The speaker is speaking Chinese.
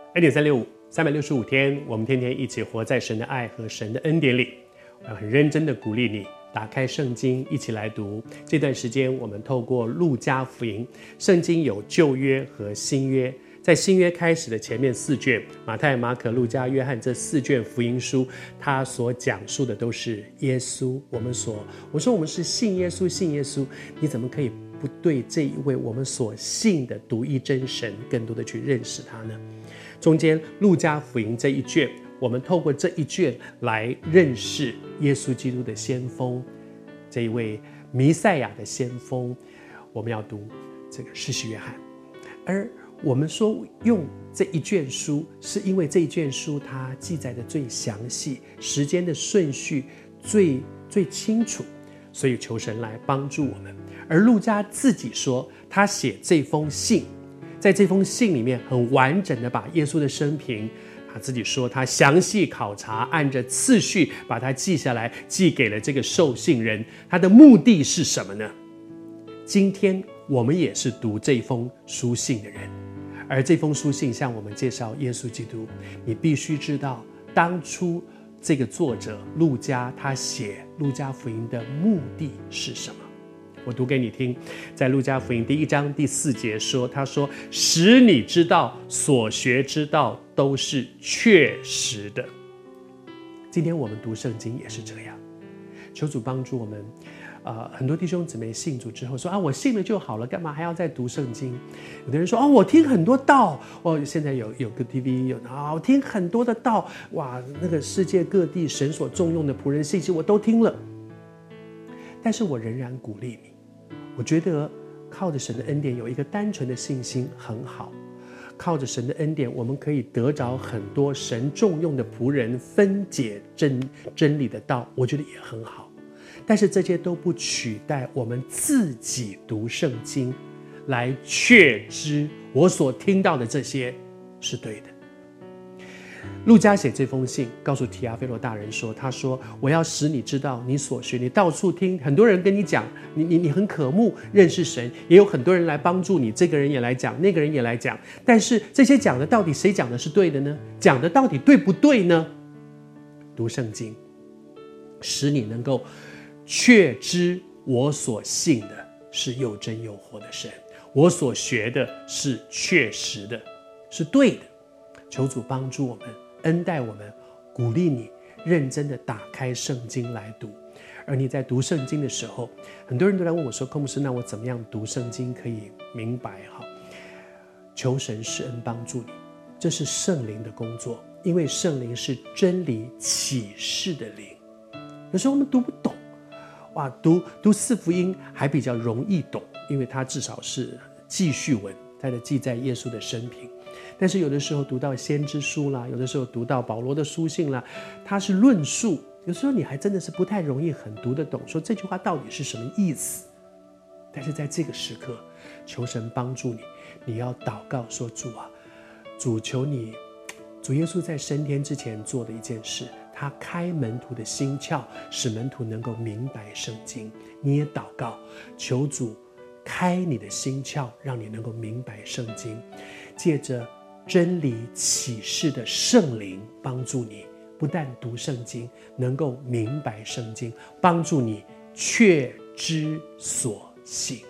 2.365，365天，我们天天一起活在神的爱和神的恩典里。我很认真的鼓励你打开圣经，一起来读。这段时间我们透过路加福音，圣经有旧约和新约。在新约开始的前面4卷，马太、马可、路加、约翰这4卷福音书，它所讲述的都是耶稣。我说我们是信耶稣，信耶稣，你怎么可以不对这一位我们所信的独一真神更多的去认识他呢？中间路加福音这一卷，我们透过这一卷来认识耶稣基督的先锋，这一位弥赛亚的先锋。我们要读这个施洗约翰，而我们说用这一卷书，是因为这一卷书它记载的最详细，时间的顺序最清楚，所以求神来帮助我们。而路加自己说，他写这封信，在这封信里面很完整的把耶稣的生平，他自己说他详细考察，按着次序把它记下来，寄给了这个受信人。他的目的是什么呢？今天我们也是读这封书信的人，而这封书信向我们介绍耶稣基督。你必须知道当初这个作者路加他写路加福音的目的是什么。我读给你听，在路加福音第1章第4节说，他说使你知道所学之道都是确实的。今天我们读圣经也是这样，求主帮助我们。很多弟兄姊妹信主之后说我信了就好了，干嘛还要再读圣经？有的人说我听很多道，现在有个 TV 我听很多的道，哇，那个世界各地神所重用的仆人信息我都听了。但是我仍然鼓励你，我觉得靠着神的恩典有一个单纯的信心很好，靠着神的恩典我们可以得着很多神重用的仆人分解真理的道，我觉得也很好。但是这些都不取代我们自己读圣经，来确知我所听到的这些是对的。路加写这封信告诉提阿非罗大人说，他说我要使你知道你所学，你到处听，很多人跟你讲，你很渴慕认识神，也有很多人来帮助你，这个人也来讲，那个人也来讲，但是这些讲的到底谁讲的是对的呢？讲的到底对不对呢？读圣经使你能够确知我所信的是又真又活的神，我所学的是确实的，是对的。求主帮助我们，恩待我们，鼓励你认真的打开圣经来读。而你在读圣经的时候，很多人都来问我说，寇牧师，那我怎么样读圣经可以明白？求神施恩帮助你，这是圣灵的工作，因为圣灵是真理启示的灵。有时候我们读不懂，读4福音还比较容易懂，因为它至少是记叙文，它的记载耶稣的生平。但是有的时候读到先知书啦，有的时候读到保罗的书信啦，它是论述，有时候你还真的是不太容易很读得懂，说这句话到底是什么意思。但是在这个时刻，求神帮助你，你要祷告说，主求你，主耶稣在升天之前做的一件事，他开门徒的心窍，使门徒能够明白圣经。你也祷告，求主开你的心窍，让你能够明白圣经，借着真理启示的圣灵帮助你，不但读圣经，能够明白圣经，帮助你确知所信。